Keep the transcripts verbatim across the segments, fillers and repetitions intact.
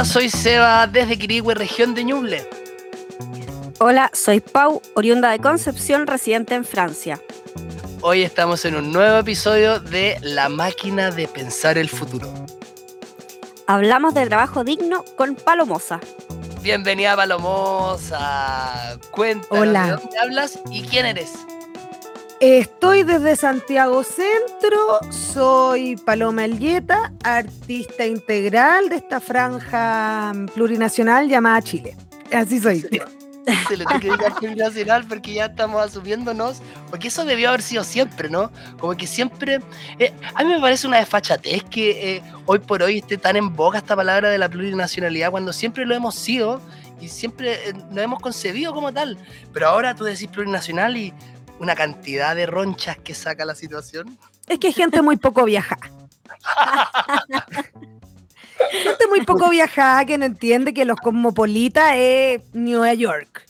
soy Seba desde Quirihue, región de Ñuble. Hola, soy Pau, oriunda de Concepción, residente en Francia. Hoy estamos en un nuevo episodio de La Máquina de Pensar el Futuro. Hablamos de trabajo digno con Palomosa. Bienvenida, Palomosa. Cuéntanos Hola. de dónde hablas y quién eres. Estoy desde Santiago Centro, soy Paloma Elgueta, artista integral de esta franja plurinacional llamada Chile. Así soy. Se le tiene que dedicar plurinacional porque ya estamos asumiéndonos, porque eso debió haber sido siempre, ¿no? Como que siempre, eh, a mí me parece una desfachatez que eh, hoy por hoy esté tan en boga esta palabra de la plurinacionalidad cuando siempre lo hemos sido y siempre eh, nos hemos concebido como tal, pero ahora tú decís plurinacional y una cantidad de ronchas que saca la situación. Es que hay gente muy poco viajada. Gente muy poco viajada que no entiende que los cosmopolitas es Nueva York.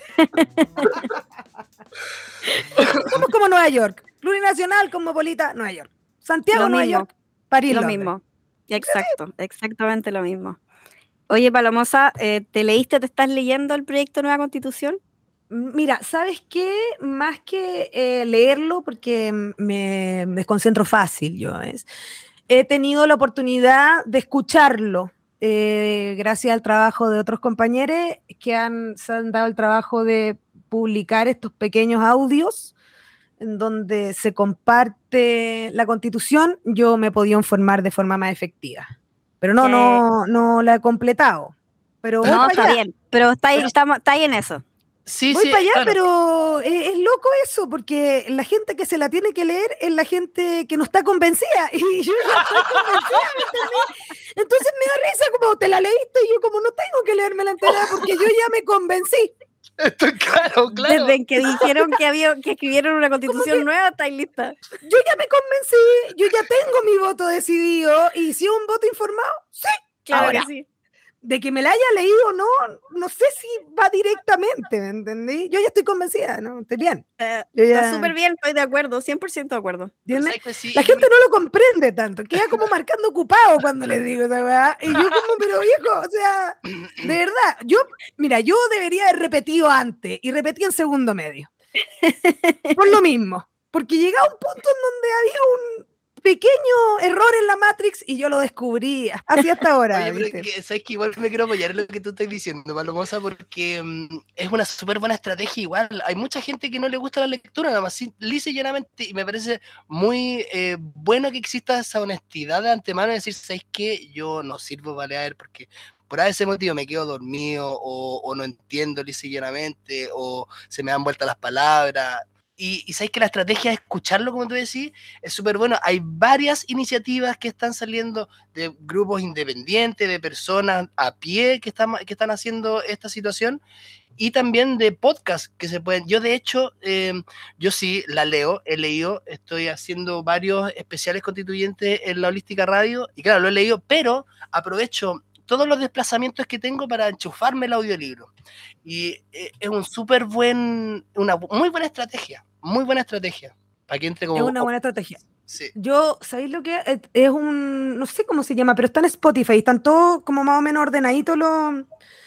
Somos como Nueva York. Plurinacional, cosmopolita, Nueva York. Santiago, Lo Nueva mismo. York, París, Lo Londres. mismo. Exacto, exactamente lo mismo. Oye, Palomosa, eh, ¿te leíste, te estás leyendo el proyecto de Nueva Constitución? Mira, ¿sabes qué? Más que eh, leerlo, porque me, me desconcentro fácil yo, es, he tenido la oportunidad de escucharlo, eh, gracias al trabajo de otros compañeros que han, se han dado el trabajo de publicar estos pequeños audios en donde se comparte la Constitución. Yo me he podido informar de forma más efectiva, pero no, Sí. no, no la he completado. Pero voy No, para está allá. bien, pero está ahí, Pero- estamos, está ahí en eso. Sí, Voy sí, para allá, claro. pero es, es loco eso, porque la gente que se la tiene que leer es la gente que no está convencida. Y yo ya estoy convencida, ¿me entendés? Entonces me da risa como te la leíste y yo como no tengo que leerme la entera porque yo ya me convencí. Esto es claro, claro. Desde que dijeron que había que escribieron una constitución nueva, estáis lista. Yo ya me convencí, yo ya tengo mi voto decidido y si es un voto informado, sí. Claro Ahora, que sí. de que me la haya leído o no, no sé si va directamente, ¿me entendí? Yo ya estoy convencida, ¿no? Estoy bien. Eh, Yo ya- Está súper bien, estoy de acuerdo, cien por ciento de acuerdo. ¿Entiendes? ¿Sabes que sí? La Yo gente no lo comprende tanto, queda como marcando ocupado cuando les digo esa weá. Y yo como, pero viejo, o sea, de verdad, yo, mira, yo debería haber repetido antes y repetí en segundo medio. Por lo mismo, porque llegaba un punto en donde había un pequeño error en la Matrix y yo lo descubría, así hasta ahora. Oye, pero ¿viste? que, sabes que igual me quiero apoyar en lo que tú estás diciendo, Palomosa, porque mm, es una súper buena estrategia igual. Hay mucha gente que no le gusta la lectura, nada más, sí, lisa y llanamente, y me parece muy eh, bueno que exista esa honestidad de antemano de decir, ¿sabes qué? Yo no sirvo para leer porque por ese motivo me quedo dormido o, o no entiendo lisa y llanamente o se me dan vueltas las palabras. Y, y sabes que la estrategia de escucharlo, como tú decís, es súper bueno. Hay varias iniciativas que están saliendo de grupos independientes, de personas a pie que están, que están haciendo esta situación y también de podcasts que se pueden. Yo, de hecho, eh, yo sí la leo, he leído, estoy haciendo varios especiales constituyentes en la Holística Radio y claro, lo he leído, pero aprovecho todos los desplazamientos que tengo para enchufarme el audiolibro. Y eh, es un súper buen, una muy buena estrategia, muy buena estrategia. Para que entre como. Es una buena estrategia. Sí. Yo, ¿sabéis lo que es? Es un, no sé cómo se llama, pero está en Spotify, están todos como más o menos ordenaditos los,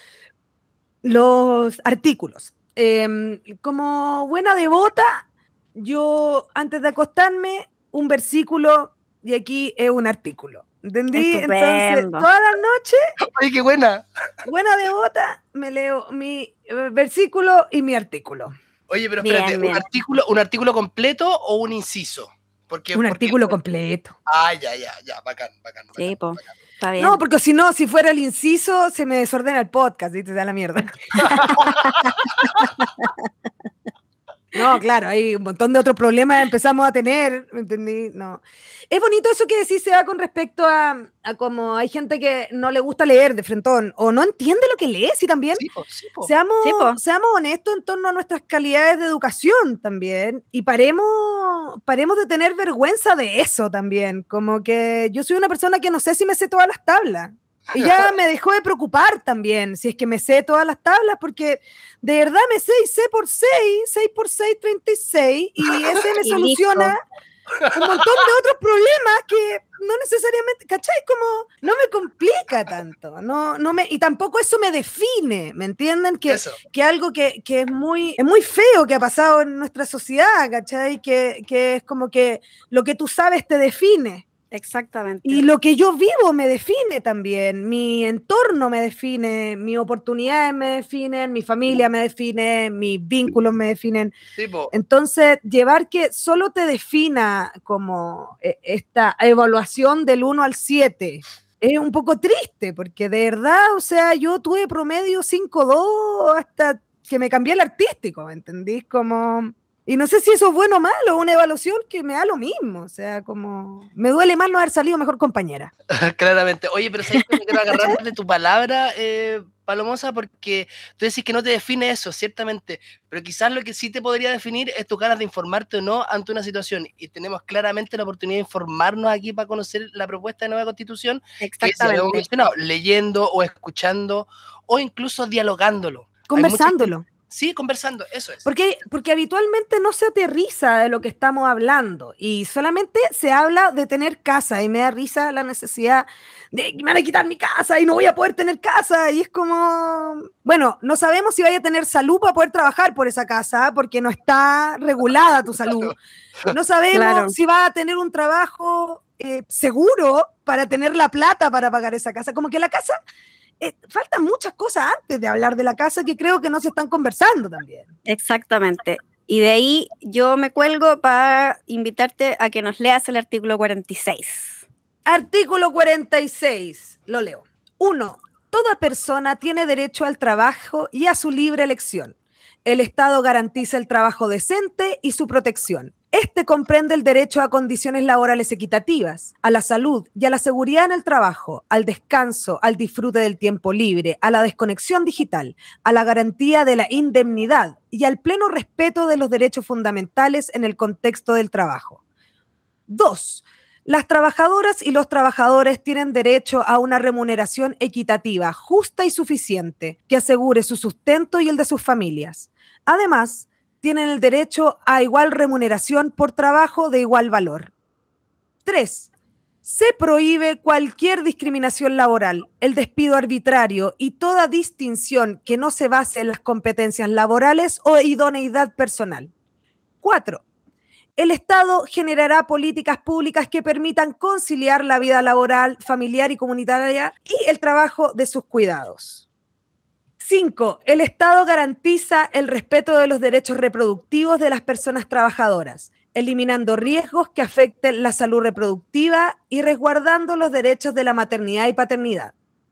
los artículos. Eh, como buena devota, yo antes de acostarme, un versículo y aquí es un artículo. ¿Entendí? Entonces, Estupendo. todas las noches, Oye, qué buena. buena devota, me leo mi eh, versículo y mi artículo. Oye, pero Bien, espérate, bien. ¿un artículo, un artículo completo o un inciso? Porque, Un porque- artículo completo. Ah, ya, ya, ya, bacán, bacán. bacán, Sí, po. bacán. Está bien. No, porque si no, si fuera el inciso, se me desordena el podcast y te da la mierda. No, claro, hay un montón de otros problemas que empezamos a tener, ¿me entendí? No. Es bonito eso que decís, Seba, con respecto a, a como hay gente que no le gusta leer de frentón o no entiende lo que lee, sí, también. Sí, po, sí, po. Seamos, Sí, po. seamos honestos en torno a nuestras calidades de educación también y paremos, paremos de tener vergüenza de eso también. Como que yo soy una persona que no sé si me sé todas las tablas. Y ya me dejó de preocupar también si es que me sé todas las tablas, porque de verdad me sé y sé por seis, seis por seis, treinta y seis, y ese me Y soluciona listo. un montón de otros problemas que no necesariamente, ¿cachai? Como no me complica tanto, no, no me, y tampoco eso me define, ¿me entienden? Que, que algo que, que es, muy, es muy feo que ha pasado en nuestra sociedad, ¿cachai? Que, que es como que lo que tú sabes te define. Exactamente. Y lo que yo vivo me define también, mi entorno me define, mis oportunidades me definen, mi familia me define, mis vínculos me definen. Tipo. Entonces, llevar que solo te defina como esta evaluación del uno al siete es un poco triste, porque de verdad, o sea, yo tuve promedio cinco dos hasta que me cambié el artístico, ¿me entendís? Como... Y no sé si eso es bueno o malo, una evaluación que me da lo mismo, o sea, como me duele más no haber salido mejor compañera. Claramente. Oye, pero ¿sabes que me quiero agarrar de tu palabra, eh, Palomosa? Porque tú decís que no te define eso, ciertamente, pero quizás lo que sí te podría definir es tus ganas de informarte o no ante una situación, y tenemos claramente la oportunidad de informarnos aquí para conocer la propuesta de nueva Constitución, que ya lo hemos mencionado, leyendo o escuchando o incluso dialogándolo. Conversándolo. Sí, conversando, eso es. Porque, porque habitualmente no se aterriza de lo que estamos hablando y solamente se habla de tener casa y me da risa la necesidad de que me van a quitar mi casa y no voy a poder tener casa y es como, bueno, no sabemos si vaya a tener salud para poder trabajar por esa casa porque no está regulada tu salud. No sabemos claro. si va a tener un trabajo eh, seguro para tener la plata para pagar esa casa. Como que la casa... Eh, faltan muchas cosas antes de hablar de la casa que creo que no se están conversando también. Exactamente. Y de ahí yo me cuelgo para invitarte a que nos leas el artículo cuarenta y seis. Artículo cuarenta y seis. Lo leo. uno. Toda persona tiene derecho al trabajo y a su libre elección. El Estado garantiza el trabajo decente y su protección. Este comprende el derecho a condiciones laborales equitativas, a la salud y a la seguridad en el trabajo, al descanso, al disfrute del tiempo libre, a la desconexión digital, a la garantía de la indemnidad y al pleno respeto de los derechos fundamentales en el contexto del trabajo. Dos. Las trabajadoras y los trabajadores tienen derecho a una remuneración equitativa, justa y suficiente, que asegure su sustento y el de sus familias. Además, tienen el derecho a igual remuneración por trabajo de igual valor. Tres. Se prohíbe cualquier discriminación laboral, el despido arbitrario y toda distinción que no se base en las competencias laborales o idoneidad personal. Cuatro. El Estado generará políticas públicas que permitan conciliar la vida laboral, familiar y comunitaria y el trabajo de sus cuidados. Cinco. El Estado garantiza el respeto de los derechos reproductivos de las personas trabajadoras, eliminando riesgos que afecten la salud reproductiva y resguardando los derechos de la maternidad y paternidad.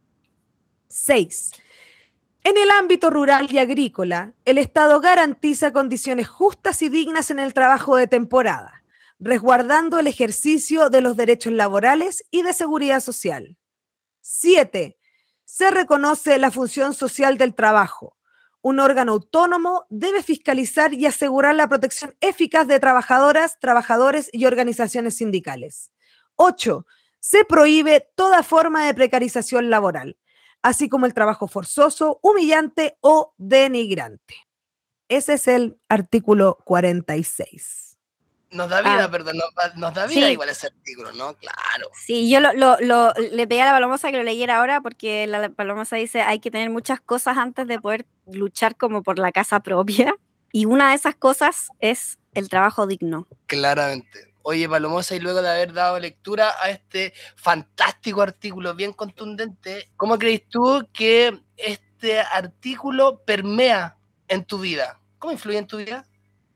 Seis. En el ámbito rural y agrícola, el Estado garantiza condiciones justas y dignas en el trabajo de temporada, resguardando el ejercicio de los derechos laborales y de seguridad social. Siete. Se reconoce la función social del trabajo. Un órgano autónomo debe fiscalizar y asegurar la protección eficaz de trabajadoras, trabajadores y organizaciones sindicales. Ocho. Se prohíbe toda forma de precarización laboral, así como el trabajo forzoso, humillante o denigrante. Ese es el artículo cuarenta y seis. Nos da vida, ah, perdón, nos, nos da vida sí. igual ese artículo, ¿no? Claro. Sí, yo lo, lo, lo, le pedí a la Palomosa que lo leyera ahora porque la Palomosa dice hay que tener muchas cosas antes de poder luchar como por la casa propia. Y una de esas cosas es el trabajo digno. Claramente. Oye, Palomosa, y luego de haber dado lectura a este fantástico artículo bien contundente, ¿cómo crees tú que este artículo permea en tu vida? ¿Cómo influye en tu vida?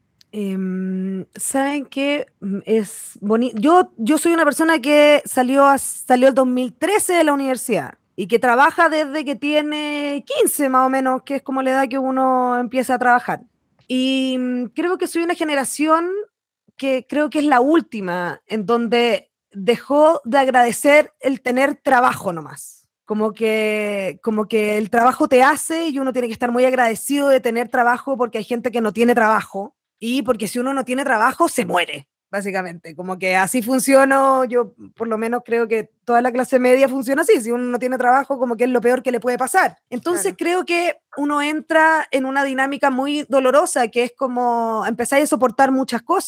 Eh, ¿Saben qué? Es bonito. Yo, yo soy una persona que salió, a, salió el dos mil trece de la universidad y que trabaja desde que tiene quince más o menos, que es como la edad que uno empieza a trabajar. Y creo que soy una generación que creo que es la última en donde dejó de agradecer el tener trabajo nomás. Como que, como que el trabajo te hace y uno tiene que estar muy agradecido de tener trabajo porque hay gente que no tiene trabajo. Y porque si uno no tiene trabajo, se muere, básicamente. Como que así funciona, yo por lo menos creo que toda la clase media funciona así. Si uno no tiene trabajo, como que es lo peor que le puede pasar. Entonces claro. Creo que uno entra en una dinámica muy dolorosa, que es como empezar a soportar muchas cosas.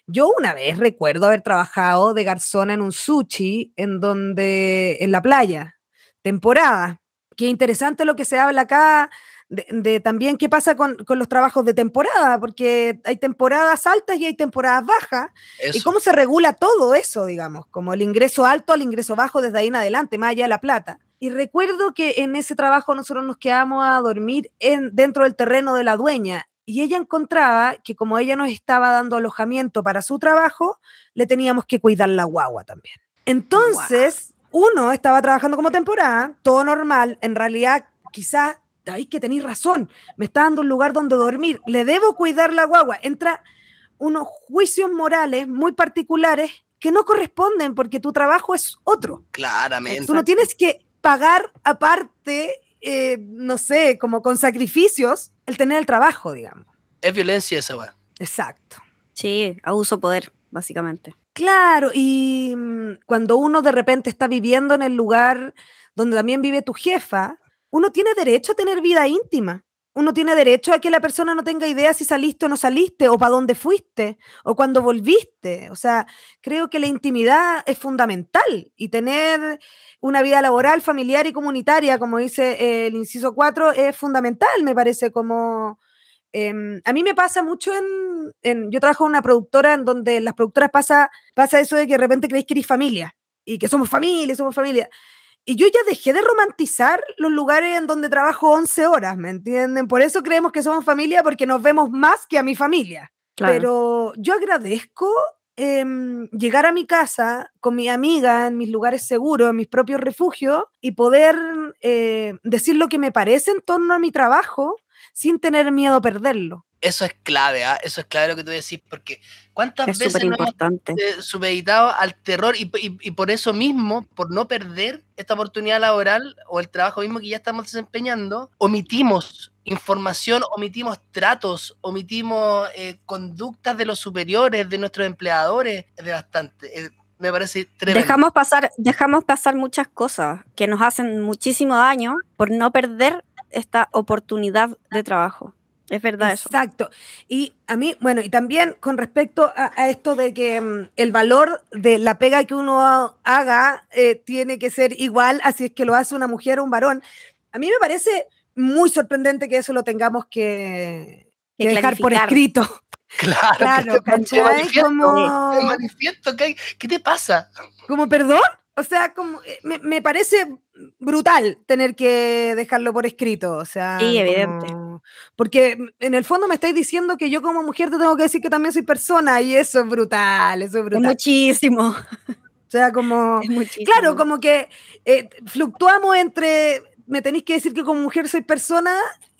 Yo una vez recuerdo haber trabajado de garzona en un sushi en donde, en la playa, temporada. Qué interesante lo que se habla acá de, de también qué pasa con, con los trabajos de temporada, porque hay temporadas altas y hay temporadas bajas, y Eso. cómo se regula todo eso, digamos, como el ingreso alto al ingreso bajo desde ahí en adelante, más allá de la plata. Y recuerdo que en ese trabajo nosotros nos quedamos a dormir en, dentro del terreno de la dueña, y ella encontraba que como ella nos estaba dando alojamiento para su trabajo, le teníamos que cuidar la guagua también. Entonces, wow. Uno estaba trabajando como temporada, todo normal, en realidad quizás, ay, que tenéis razón, me está dando un lugar donde dormir, le debo cuidar la guagua. Entra unos juicios morales muy particulares que no corresponden porque tu trabajo es otro. Claramente. Tú no tienes que pagar aparte, eh, no sé, como con sacrificios, el tener el trabajo, digamos. Es violencia esa, weá. Exacto. Sí, abuso de poder, básicamente. Claro, y mmm, cuando uno de repente está viviendo en el lugar donde también vive tu jefa, uno tiene derecho a tener vida íntima. Uno tiene derecho a que la persona no tenga idea si saliste o no saliste, o para dónde fuiste, o cuando volviste. O sea, creo que la intimidad es fundamental, y tener una vida laboral, familiar y comunitaria, como dice eh, el inciso cuatro, es fundamental, me parece. Como eh, a mí me pasa mucho en, en, yo trabajo en una productora en donde en las productoras pasa, pasa eso de que de repente creéis que eres familia, y que somos familia, somos familia. Y yo ya dejé de romantizar los lugares en donde trabajo once horas, ¿me entienden? Por eso creemos que somos familia, porque nos vemos más que a mi familia. Claro. Pero yo agradezco eh, llegar a mi casa con mi amiga en mis lugares seguros, en mis propios refugios, y poder eh, decir lo que me parece en torno a mi trabajo sin tener miedo a perderlo. Eso es clave, ¿eh? Eso es clave lo que tú decís, porque ¿cuántas es veces nos hemos eh, supeditado al terror y, y, y por eso mismo, por no perder esta oportunidad laboral o el trabajo mismo que ya estamos desempeñando, omitimos información, omitimos tratos, omitimos eh, conductas de los superiores, de nuestros empleadores? Es bastante, eh, me parece tremendo. Dejamos pasar, dejamos pasar muchas cosas que nos hacen muchísimo daño por no perder esta oportunidad de trabajo. Es verdad. Exacto. Eso. Y a mí, bueno, y también con respecto a, a esto de que um, el valor de la pega que uno haga eh, tiene que ser igual, así es que lo hace una mujer o un varón. A mí me parece muy sorprendente que eso lo tengamos que, que, que dejar por escrito. Claro, claro, ¿cachai? Manifiesto, como... manifiesto, ¿qué, ¿qué te pasa? Como, perdón, o sea, como, me, me parece brutal tener que dejarlo por escrito, o sea... Sí, evidente. Como... Porque en el fondo me estáis diciendo que yo como mujer te tengo que decir que también soy persona, y eso es brutal, eso es brutal. Es muchísimo. O sea, como... Es muchísimo. Claro, como que eh, fluctuamos entre... Me tenéis que decir que como mujer soy persona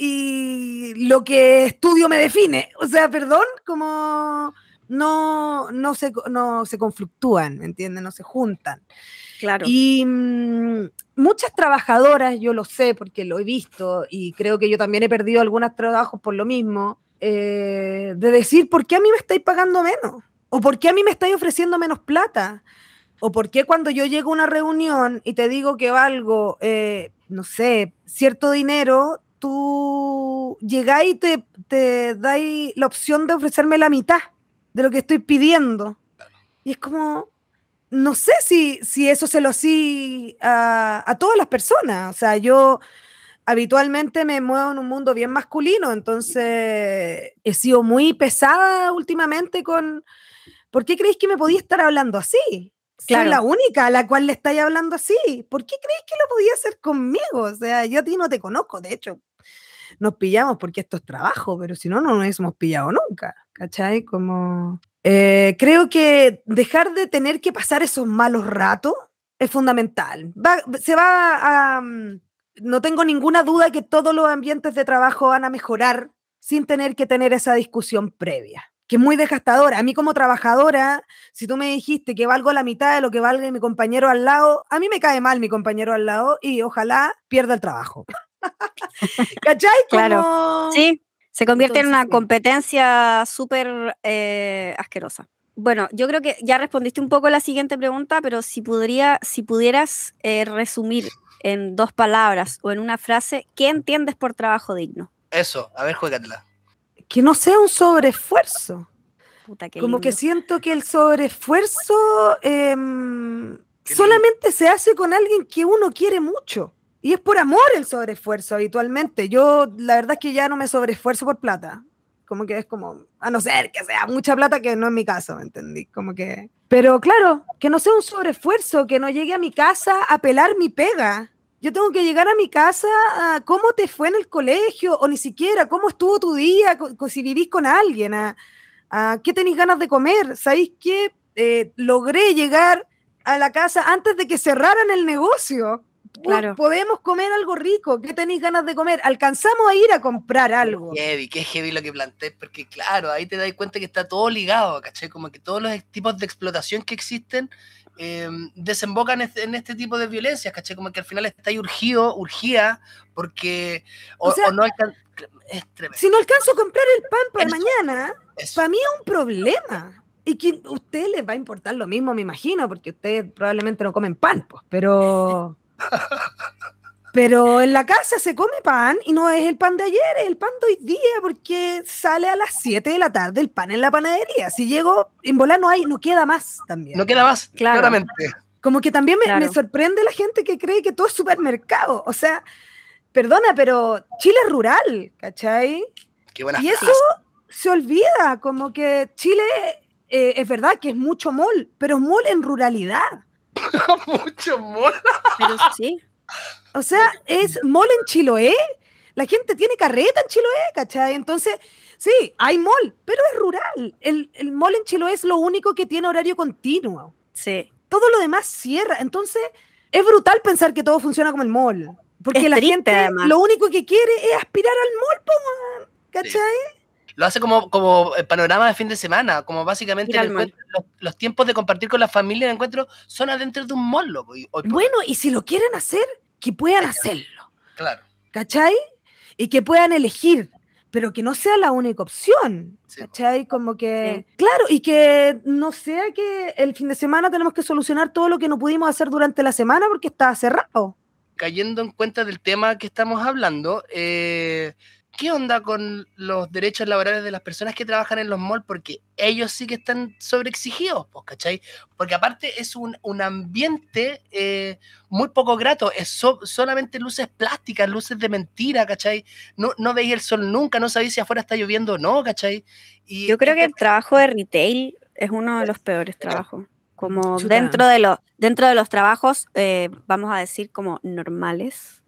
y lo que estudio me define. O sea, perdón, como no, no, se, no se confluctúan, ¿me entiendes? No se juntan. Claro. Y mmm, muchas trabajadoras, yo lo sé porque lo he visto, y creo que yo también he perdido algunos trabajos por lo mismo, eh, de decir, ¿por qué a mí me estáis pagando menos? ¿O por qué a mí me estáis ofreciendo menos plata? ¿O por qué cuando yo llego a una reunión y te digo que valgo, eh, no sé, cierto dinero, tú llegáis y te, te dais la opción de ofrecerme la mitad de lo que estoy pidiendo? Y es como, no sé si, si eso se lo sí a, a todas las personas. O sea, yo habitualmente me muevo en un mundo bien masculino, entonces he sido muy pesada últimamente con, ¿por qué creéis que me podía estar hablando así? Claro. Soy la única a la cual le estáis hablando así. ¿Por qué crees que lo podía hacer conmigo? O sea, yo a ti no te conozco. De hecho, nos pillamos porque esto es trabajo, pero si no, no nos hemos pillado nunca. ¿Cachai? Como... Eh, creo que dejar de tener que pasar esos malos ratos es fundamental. Va, se va a... Um, no tengo ninguna duda que todos los ambientes de trabajo van a mejorar sin tener que tener esa discusión previa, que es muy desgastadora. A mí como trabajadora, si tú me dijiste que valgo la mitad de lo que valga mi compañero al lado, a mí me cae mal mi compañero al lado y ojalá pierda el trabajo. ¿Cachai? Como... Claro, sí, se convierte Entonces, en una sí. competencia súper eh, asquerosa. Bueno, yo creo que ya respondiste un poco la siguiente pregunta, pero si, podría, si pudieras eh, resumir en dos palabras o en una frase, ¿qué entiendes por trabajo digno? Eso, a ver, juégatela. Que no sea un sobreesfuerzo. Puta, qué Como que lindo. siento que el sobreesfuerzo eh, Qué solamente se hace con alguien que uno quiere mucho. Y es por amor el sobreesfuerzo habitualmente. Yo la verdad es que ya no me sobreesfuerzo por plata. Como que es como, a no ser que sea mucha plata, que no es mi caso, ¿me entendí? Como que... Pero claro, que no sea un sobreesfuerzo, que no llegue a mi casa a pelar mi pega. Yo tengo que llegar a mi casa a cómo te fue en el colegio, o ni siquiera cómo estuvo tu día, co- co- si vivís con alguien, a, a qué tenéis ganas de comer. ¿Sabéis qué? Eh, logré llegar a la casa antes de que cerraran el negocio. Claro. Podemos comer algo rico. ¿Qué tenéis ganas de comer? Alcanzamos a ir a comprar algo. Qué heavy, qué heavy lo que planteé, porque claro, ahí te das cuenta que está todo ligado, ¿cachai? Como que todos los tipos de explotación que existen eh, desembocan en este, en este tipo de violencias, ¿cachai? Como que al final está ahí urgido, urgida, porque o, O sea, o no alcan- es tremendo. Si no alcanzo a comprar el pan para Eso, mañana, eso. para mí es un problema. Y que a ustedes les va a importar lo mismo, me imagino, porque ustedes probablemente no comen pan, pues, pero... Pero en la casa se come pan y no es el pan de ayer, es el pan de hoy día, porque sale a las siete de la tarde el pan en la panadería. Si llego, en volar no hay, no queda más también. No queda más, Claro. claramente. Como que también me, Claro. me sorprende la gente que cree que todo es supermercado. O sea, perdona, pero Chile es rural, ¿cachai? Qué buena Y eso frase. se olvida, como que Chile eh, es verdad que es mucho mall, pero es mall en ruralidad. Mucho amor. Pero sí. O sea, es mall en Chiloé. La gente tiene carreta en Chiloé, ¿cachai? Entonces, sí, hay mall, pero es rural. El, el mall en Chiloé es lo único que tiene horario continuo. Sí. Todo lo demás cierra. Entonces, es brutal pensar que todo funciona como el mall. Porque Es la triste, gente además. lo único que quiere es aspirar al mall, po, man, ¿cachai? Lo hace como, como el panorama de fin de semana, como básicamente Ir el al mall. encuentro- los, los tiempos de compartir con la familia el encuentro son adentro de un mall, loco, y hoy por Bueno, y si lo quieren hacer, que puedan hacerlo. claro. ¿Cachai? Y que puedan elegir, pero que no sea la única opción. Sí. ¿Cachai? Como que, claro, y que no sea que el fin de semana tenemos que solucionar todo lo que no pudimos hacer durante la semana porque está cerrado. Cayendo en cuenta del tema que estamos hablando, eh, ¿qué onda con los derechos laborales de las personas que trabajan en los malls? Porque ellos sí que están sobreexigidos, pues, ¿cachai? Porque aparte es un, un ambiente eh, muy poco grato, es so- solamente luces plásticas, luces de mentira, ¿cachai? No, no veis el sol nunca, no sabéis si afuera está lloviendo o no, ¿cachai? Y Yo creo que es el trabajo de retail es uno de los peores trabajos. Como Chuta. dentro de los, dentro de los trabajos, eh, vamos a decir como normales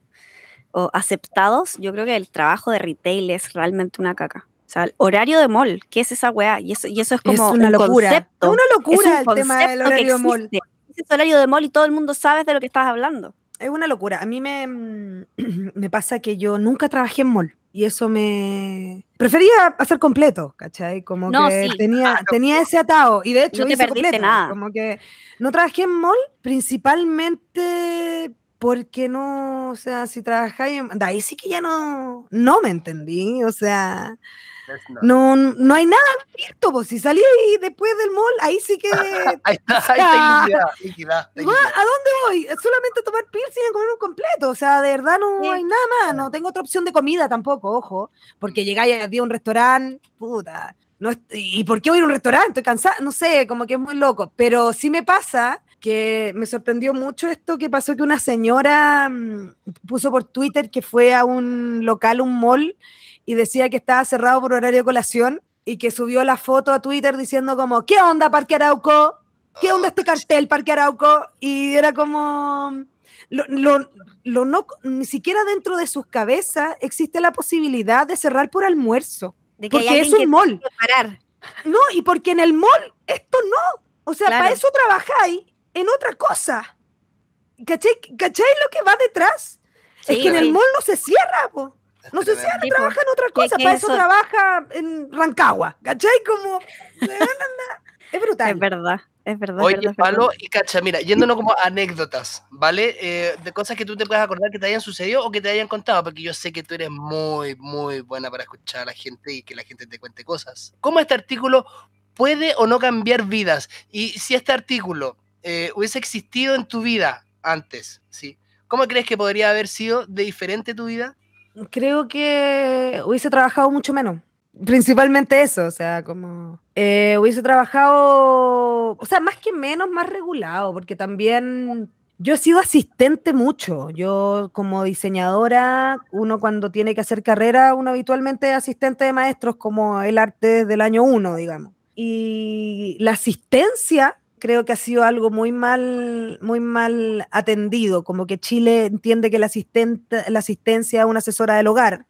o aceptados, yo creo que el trabajo de retail es realmente una caca. O sea, el horario de mall, ¿qué es esa weá? Y eso, y eso es como Es una un locura. concepto. Es una locura es el un tema del concepto que horario de mall. existe. Es ese horario de mall y todo el mundo sabe de lo que estás hablando. Es una locura. A mí me, me pasa que yo nunca trabajé en mall y eso me... Prefería hacer completo, ¿cachai? Como No, que sí. tenía, tenía ese atado y de hecho No te hice perdiste completo. nada. Como que no trabajé en mall principalmente porque no, o sea, si trabajáis en... De ahí sí que ya no, no me entendí, o sea... No, no hay nada abierto, pues si salí después del mall, ahí sí que... ahí está, ahí está liquidada, liquidada, ¿A dónde voy? Solamente tomar piercing y comer un completo. O sea, de verdad no Sí. hay nada más. No tengo otra opción de comida tampoco, ojo. Porque llegáis a día a un restaurante, puta. No, ¿y por qué voy a ir a un restaurante? Estoy cansada. No sé, como que es muy loco. Pero sí me pasa que me sorprendió mucho esto que pasó que una señora mmm, puso por Twitter que fue a un local, un mall, y decía que estaba cerrado por horario de colación y que subió la foto a Twitter diciendo como, ¿qué onda, Parque Arauco? ¿Qué onda este cartel, Parque Arauco? Y era como... Lo, lo, lo no, ni siquiera dentro de sus cabezas existe la posibilidad de cerrar por almuerzo. De que hay Porque es alguien un que mall. tiene que parar. No, y porque en el mall esto no. O sea, Claro. para eso trabajáis en otra cosa. ¿Cachai? ¿Cachai lo que va detrás? Sí, es que en sí. el mall no se cierra, po. No se cierra, Sí, po. trabaja en otra ¿Qué- cosa. qué Para es eso eso? trabaja en Rancagua. ¿Cachai? Como... Es brutal. Es verdad, es verdad. Oye, es verdad, es verdad. Palo, y cacha, mira, yéndonos como a anécdotas, ¿vale? Eh, de cosas que tú te puedas acordar que te hayan sucedido o que te hayan contado, porque yo sé que tú eres muy, muy buena para escuchar a la gente y que la gente te cuente cosas. ¿Cómo este artículo puede o no cambiar vidas? Y si este artículo eh, hubiese existido en tu vida antes, ¿sí? ¿Cómo crees que podría haber sido de diferente tu vida? Creo que hubiese trabajado mucho menos. principalmente eso, o sea, como eh, hubiese trabajado, o sea, más que menos, más regulado, porque también yo he sido asistente mucho. Yo como diseñadora, uno cuando tiene que hacer carrera, uno habitualmente es asistente de maestros como el arte desde el año uno, digamos. Y la asistencia creo que ha sido algo muy mal, muy mal atendido, como que Chile entiende que la, asistente, la asistencia es una asesora del hogar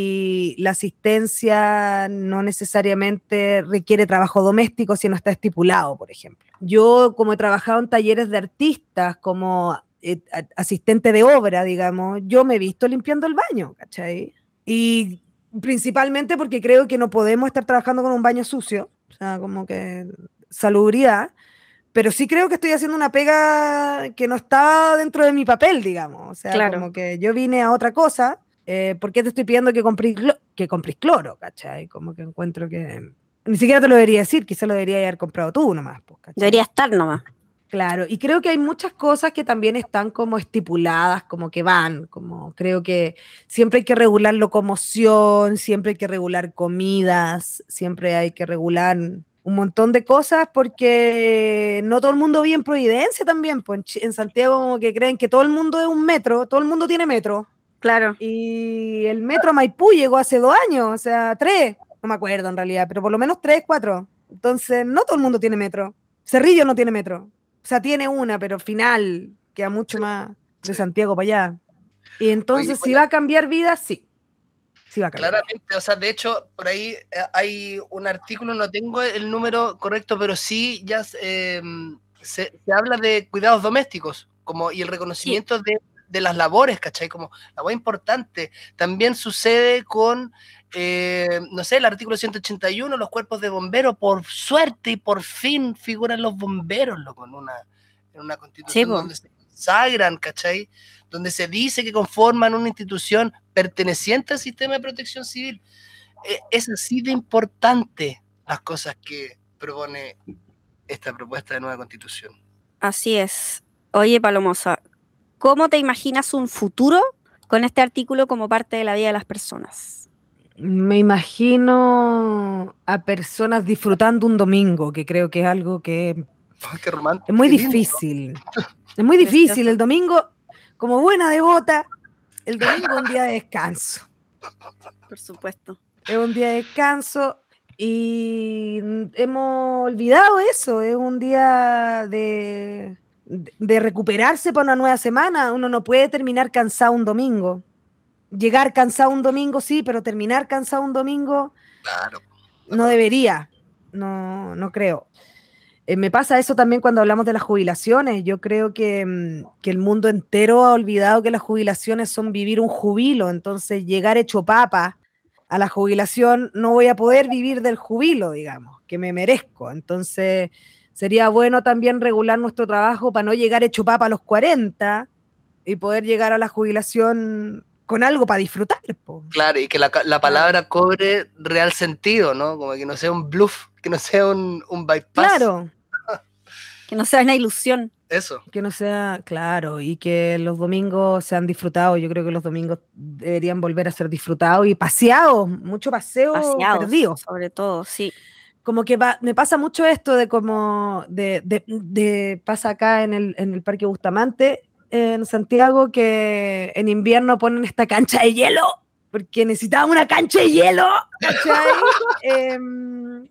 y la asistencia no necesariamente requiere trabajo doméstico si no está estipulado, por ejemplo. Yo, como he trabajado en talleres de artistas, como eh, asistente de obra, digamos, yo me he visto limpiando el baño, ¿cachai? Y principalmente porque creo que no podemos estar trabajando con un baño sucio, o sea, como que salubridad. Pero sí creo que estoy haciendo una pega que no está dentro de mi papel, digamos. O sea, Claro. como que yo vine a otra cosa. Eh, ¿Por qué te estoy pidiendo que compres que compres cloro, cachai? Como que encuentro que... Ni siquiera te lo debería decir, quizá lo debería haber comprado tú nomás, pues, ¿cachai? Debería estar nomás. Claro, y creo que hay muchas cosas que también están como estipuladas, como que van, como creo que siempre hay que regular locomoción, siempre hay que regular comidas, siempre hay que regular un montón de cosas porque no todo el mundo vive en Providencia también, pues en, Ch- en Santiago como que creen que todo el mundo es un metro, todo el mundo tiene metro. Claro. Y el metro a Maipú llegó hace dos años, o sea, tres, no me acuerdo en realidad, pero por lo menos tres, cuatro. Entonces, no todo el mundo tiene metro. Cerrillo no tiene metro. O sea, tiene una, pero final, queda mucho más de Sí. Santiago para allá. Y entonces, Oye, si bueno, va a cambiar vidas, sí. Sí va a cambiar. claramente, o sea, de hecho, por ahí eh, hay un artículo, no tengo el número correcto, pero sí ya eh, se, se habla de cuidados domésticos como, y el reconocimiento de, de las labores, ¿cachai? Como la hueá importante. También sucede con, eh, no sé, el artículo ciento ochenta y uno, los cuerpos de bomberos, por suerte y por fin figuran los bomberos, loco, en una, en una constitución Sí, po. donde se consagran, ¿cachai? Donde se dice que conforman una institución perteneciente al sistema de protección civil. Eh, es así de importante las cosas que propone esta propuesta de nueva constitución. Así es. Oye, Palomosa, ¿cómo te imaginas un futuro con este artículo como parte de la vida de las personas? Me imagino a personas disfrutando un domingo, que creo que es algo que Oh, qué romántico. es muy Qué lindo. difícil. Es muy difícil. Precioso. El domingo, como buena devota, el domingo es un día de descanso. Por supuesto. Es un día de descanso y hemos olvidado eso. Es un día de, de recuperarse para una nueva semana. Uno no puede terminar cansado un domingo. Llegar cansado un domingo, sí, pero terminar cansado un domingo Claro. no debería. No, no creo. Eh, me pasa eso también cuando hablamos de las jubilaciones. Yo creo que, mm, que el mundo entero ha olvidado que las jubilaciones son vivir un jubilo. Entonces, llegar hecho papa a la jubilación, no voy a poder vivir del jubilo, digamos, que me merezco. Entonces, sería bueno también regular nuestro trabajo para no llegar hecho papa a los cuarenta y poder llegar a la jubilación con algo para disfrutar, po. Claro, y que la, la palabra cobre real sentido, ¿no? Como que no sea un bluff, que no sea un, un bypass. Claro. Que no sea una ilusión. Eso. Que no sea, claro, y que los domingos sean disfrutados. Yo creo que los domingos deberían volver a ser disfrutados y paseados, mucho paseo Paseados, perdido. sobre todo, sí. Como que va, me pasa mucho esto de como, de, de, de pasa acá en el, en el Parque Bustamante, en Santiago, que en invierno ponen esta cancha de hielo, porque necesitaba una cancha de hielo, ¿cachai? Em,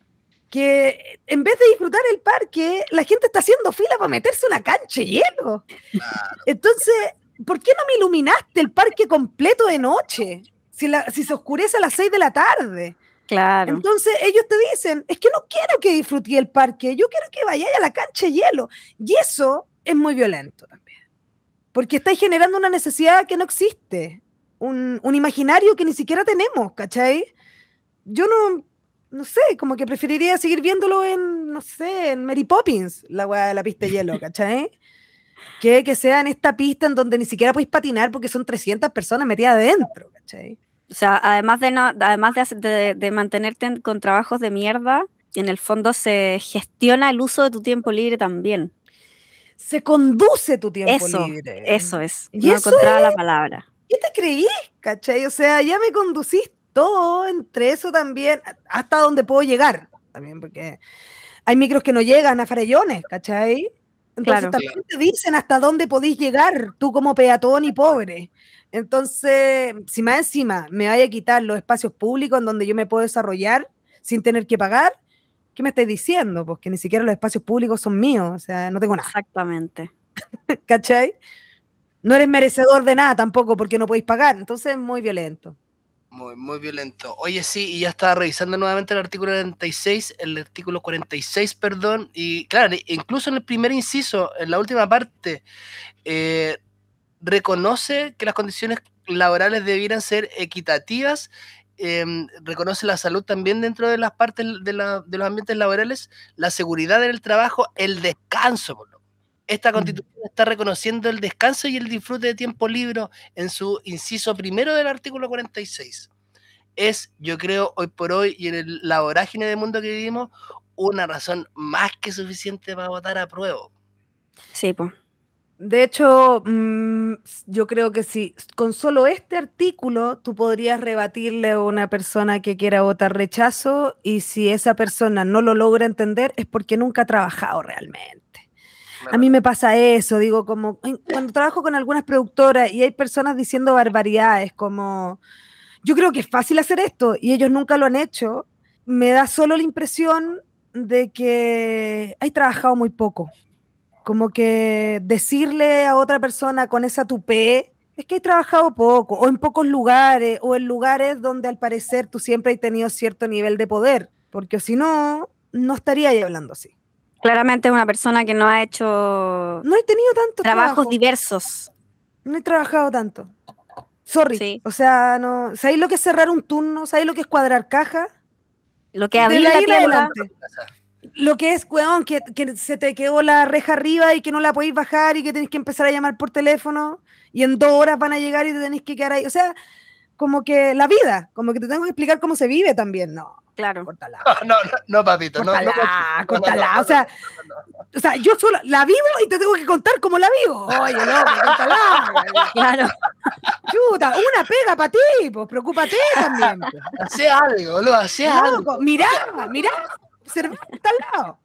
que en vez de disfrutar el parque, la gente está haciendo fila para meterse una cancha de hielo. Claro. Entonces, ¿por qué no me iluminaste el parque completo de noche? Si, la, si se oscurece a las seis de la tarde. Claro. Entonces ellos te dicen, es que no quiero que disfrutéis el parque, yo quiero que vayáis a la cancha de hielo. Y eso es muy violento también. Porque estáis generando una necesidad que no existe. Un, un imaginario que ni siquiera tenemos, ¿cachai? Yo no... No sé, como que preferiría seguir viéndolo en, no sé, en Mary Poppins, la weá de la pista de hielo, ¿cachai? Que, que sea en esta pista en donde ni siquiera podéis patinar porque son trescientas personas metidas adentro, ¿cachai? O sea, además de, no, además de, de, de mantenerte en, con trabajos de mierda, en el fondo se gestiona el uso de tu tiempo libre también. Se conduce tu tiempo eso, libre. Eso es, ¿Y no eso encontraba es? la palabra. ¿Qué te creí? ¿Cachai? O sea, ya me conducís todo entre eso también, hasta donde puedo llegar, también, porque hay micros que no llegan a Farellones, ¿cachai? Entonces Claro. también te dicen hasta dónde podís llegar, tú como peatón y pobre. Entonces, si más encima me vaya a quitar los espacios públicos en donde yo me puedo desarrollar sin tener que pagar, ¿qué me estáis diciendo? Pues que ni siquiera los espacios públicos son míos, o sea, no tengo nada, Exactamente. ¿cachai? No eres merecedor de nada tampoco porque no podéis pagar, entonces es muy violento. Muy, muy violento. Oye, sí, y ya estaba revisando nuevamente el artículo cuarenta y seis, el artículo cuarenta y seis, perdón, y claro, incluso en el primer inciso, en la última parte, eh, reconoce que las condiciones laborales debieran ser equitativas, eh, reconoce la salud también dentro de las partes de, la, de los ambientes laborales, la seguridad en el trabajo, el descanso, por lo Esta constitución mm. está reconociendo el descanso y el disfrute de tiempo libre en su inciso primero del artículo cuarenta y seis. Es, yo creo, hoy por hoy y en el, la vorágine del mundo que vivimos, una razón más que suficiente para votar a prueba. Sí, pues. De hecho, mmm, yo creo que sí, con solo este artículo tú podrías rebatirle a una persona que quiera votar rechazo, y si esa persona no lo logra entender es porque nunca ha trabajado realmente. A mí me pasa eso, digo, como cuando trabajo con algunas productoras y hay personas diciendo barbaridades como, yo creo que es fácil hacer esto y ellos nunca lo han hecho, me da solo la impresión de que hay trabajado muy poco. Como que decirle a otra persona con esa tupé es que hay trabajado poco, o en pocos lugares, o en lugares donde al parecer tú siempre has tenido cierto nivel de poder, porque si no, no estaría ahí hablando así. Claramente es una persona que no ha hecho no he tenido tantos trabajos trabajo. diversos. No he trabajado tanto. Sorry. Sí. O sea, no. ¿Sabéis lo que es cerrar un turno? ¿Sabéis lo que es cuadrar caja? Lo que abrir la tienda. Lo que es, weón, que, que se te quedó la reja arriba y que no la podéis bajar y que tenéis que empezar a llamar por teléfono y en dos horas van a llegar y te tenéis que quedar ahí. O sea, como que la vida, como que te tengo que explicar cómo se vive también. No, claro. Córtala. No, no, no, papito. Córtala, no, no, córtala. No, no, o, sea, no, no, no. o sea, yo solo la vivo y te tengo que contar cómo la vivo. Oye, loco, córtala. Claro. Chuta, una pega para ti, pues preocúpate también. Hace algo, lo hace algo. Mirá, mirá, cerveza está al lado.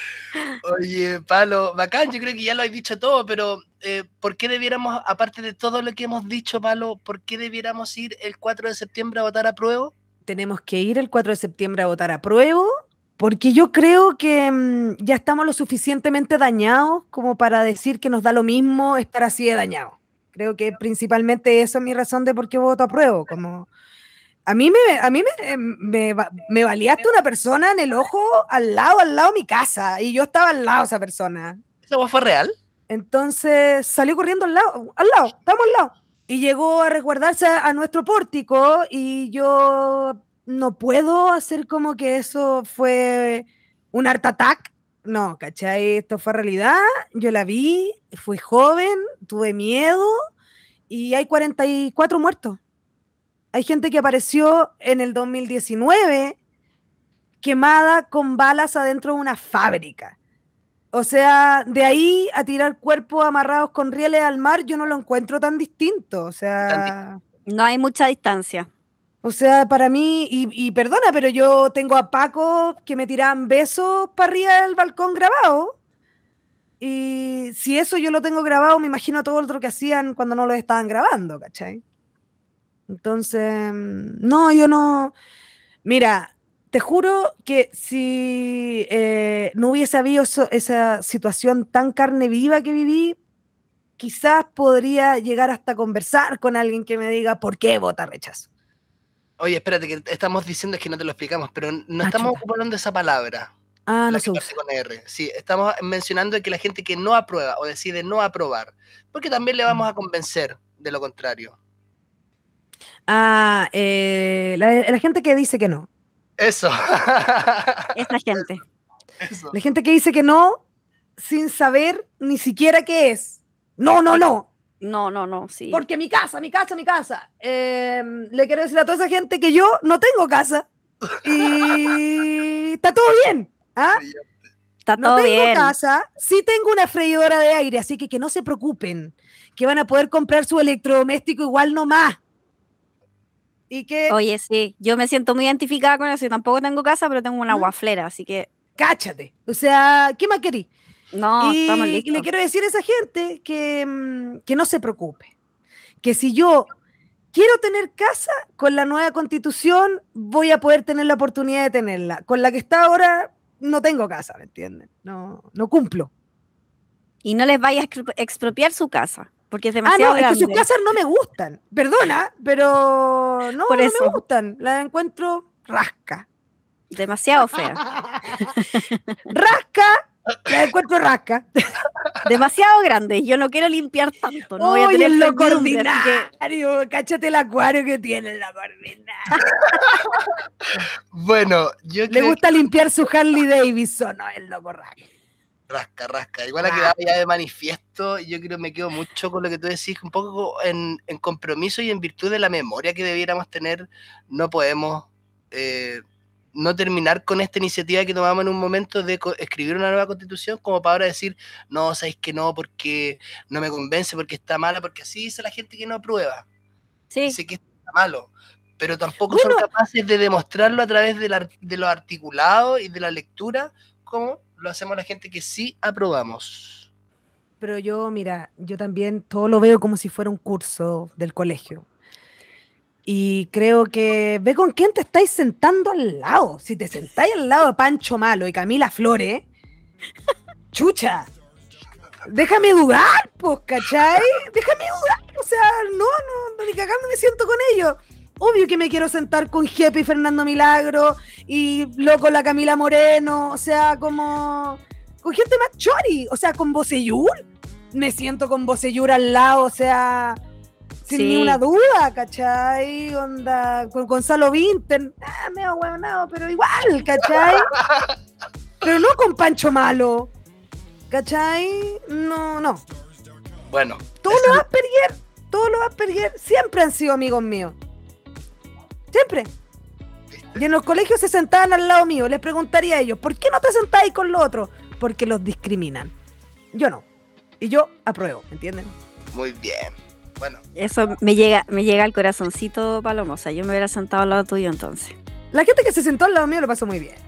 Oye, Palo, bacán, yo creo que ya lo has dicho todo, pero eh, ¿por qué debiéramos, aparte de todo lo que hemos dicho, Palo, por qué debiéramos ir el cuatro de septiembre a votar a prueba? Tenemos que ir el cuatro de septiembre a votar a prueba, porque yo creo que mmm, ya estamos lo suficientemente dañados como para decir que nos da lo mismo estar así de dañados. Creo que principalmente esa es mi razón de por qué voto a prueba, como... A mí, me, a mí me, me, me baleaste una persona en el ojo al lado, al lado de mi casa, y yo estaba al lado de esa persona. ¿Eso fue real? Entonces salió corriendo al lado, al lado, estamos al lado. Y llegó a resguardarse a, a nuestro pórtico, y yo no puedo hacer como que eso fue un art attack. No, ¿cachai? Esto fue realidad, yo la vi, fui joven, tuve miedo, y hay cuarenta y cuatro muertos. Hay gente que apareció en el dos mil diecinueve quemada con balas adentro de una fábrica. O sea, de ahí a tirar cuerpos amarrados con rieles al mar, yo no lo encuentro tan distinto. O sea, no hay mucha distancia. O sea, para mí, y, y perdona, pero yo tengo a Paco que me tiraban besos para arriba del balcón grabado. Y si eso yo lo tengo grabado, me imagino todo lo otro que hacían cuando no lo estaban grabando, ¿cachai? Entonces, no, yo no... Mira, te juro que si eh, no hubiese habido eso, esa situación tan carne viva que viví, quizás podría llegar hasta conversar con alguien que me diga por qué vota rechazo. Oye, espérate, que estamos diciendo, es que no te lo explicamos, pero no ah, estamos chuta. ocupando esa palabra. Ah, la no que parte con R. Sí, estamos mencionando que la gente que no aprueba o decide no aprobar, porque también le vamos a convencer de lo contrario. Ah, eh, la, la gente que dice que no. Eso. Esa gente. Eso. La gente que dice que no sin saber ni siquiera qué es. No, no, no. No, no, no, sí. Porque mi casa, mi casa, mi casa. Eh, le quiero decir a toda esa gente que yo no tengo casa. Y está todo bien. ¿Ah? Está no todo tengo bien. casa, sí tengo una freidora de aire, así que que no se preocupen, que van a poder comprar su electrodoméstico igual nomás. Y que, Oye, sí, yo me siento muy identificada con eso. Yo tampoco tengo casa, pero tengo una ¿Mm? guaflera, así que cáchate. O sea, ¿qué más querís? no, y, estamos y listos. le quiero decir a esa gente que, mm, que no se preocupe. Que si yo quiero tener casa, con la nueva constitución voy a poder tener la oportunidad de tenerla. Con la que está ahora, no tengo casa, ¿me entienden? No, no cumplo. Y no les vayas a expro- expropiar su casa, porque es Ah, demasiado no, es que grande. sus casas no me gustan. Perdona, pero no, Por no eso. me gustan. Las encuentro rasca. Demasiado fea. Rasca, las encuentro rasca. Demasiado grande. Yo no quiero limpiar tanto. No voy a Oye, tener el loco servidumbre, así que ordinario. Cáchate el acuario que tiene el loco ordinario. Bueno, yo Le creo gusta limpiar su Harley Davidson, no, el loco rasca. Rasca, rasca. Igual ha quedado ya de manifiesto, y yo creo que me quedo mucho con lo que tú decís, un poco en, en compromiso y en virtud de la memoria que debiéramos tener. No podemos eh, no terminar con esta iniciativa que tomamos en un momento de co- escribir una nueva constitución como para ahora decir, no, sabéis que no, porque no me convence, porque está mala, porque así dice la gente que no aprueba. sí. Dice que está malo, pero tampoco Bueno. son capaces de demostrarlo a través de, la, de los articulados y de la lectura, como lo hacemos la gente que sí aprobamos. Pero yo, mira, yo también todo lo veo como si fuera un curso del colegio. Y creo que ve con quién te estáis sentando al lado. Si te sentáis al lado de Pancho Malo y Camila Flores, chucha, déjame dudar, pues, ¿cachai? Déjame dudar, o sea, no, no, no, ni cagando me siento con ellos. Obvio que me quiero sentar con Jepe y Fernando Milagro y loco la Camila Moreno, o sea, como con gente más chori, o sea, con Bocellur, me siento con Bocellur al lado, o sea, sin Sí. ni una duda, ¿cachai? Onda, con Gonzalo Vinten, ah, medio huevonado, pero igual, ¿cachai? Pero no con Pancho Malo, ¿cachai? No, no. Bueno, Todos los Asperger, todos los Asperger siempre han sido amigos míos. Siempre. Y en los colegios se sentaban al lado mío. Les preguntaría a ellos, ¿por qué no te sentáis con los otros? Porque los discriminan. Yo no. Y yo apruebo, ¿entienden? muy bien. Bueno, Eso me llega, me llega al corazoncito, Palomosa. Yo me hubiera sentado al lado tuyo entonces. La gente que se sentó al lado mío lo pasó muy bien.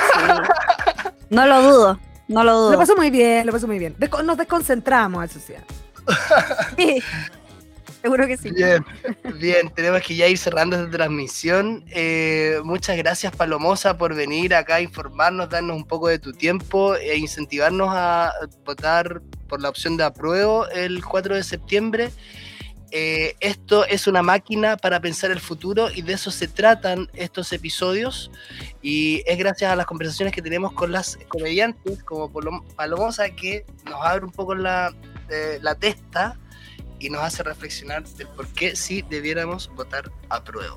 Sí. No lo dudo, no lo dudo. Lo pasó muy bien, lo pasó muy bien. Desco- nos desconcentramos, eso sí. Sí. Seguro que sí. bien, bien, tenemos que ya ir cerrando esta transmisión. Eh, muchas gracias, Palomosa, por venir acá a informarnos, darnos un poco de tu tiempo e incentivarnos a votar por la opción de apruebo el cuatro de septiembre. Eh, esto es una máquina para pensar el futuro y de eso se tratan estos episodios, y es gracias a las conversaciones que tenemos con las comediantes como Palom- Palomosa que nos abre un poco la, eh, la testa y nos hace reflexionar del por qué sí debiéramos votar apruebo.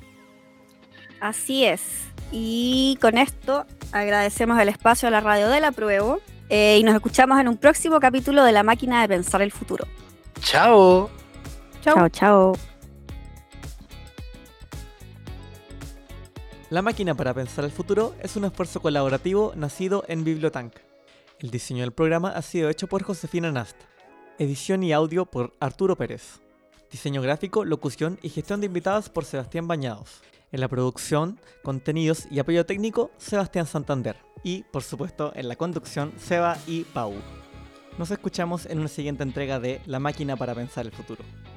Así es. Y con esto agradecemos el espacio a la radio del apruebo eh, y nos escuchamos en un próximo capítulo de La Máquina de Pensar el Futuro. ¡Chao! Chau. Chao, chao. La Máquina para Pensar el Futuro es un esfuerzo colaborativo nacido en Bibliotank. El diseño del programa ha sido hecho por Josefina Nast. Edición y audio por Arturo Pérez. Diseño gráfico, locución y gestión de invitados por Sebastián Bañados. En la producción, contenidos y apoyo técnico, Sebastián Santander. Y, por supuesto, en la conducción, Seba y Pau. Nos escuchamos en una siguiente entrega de La Máquina para Pensar el Futuro.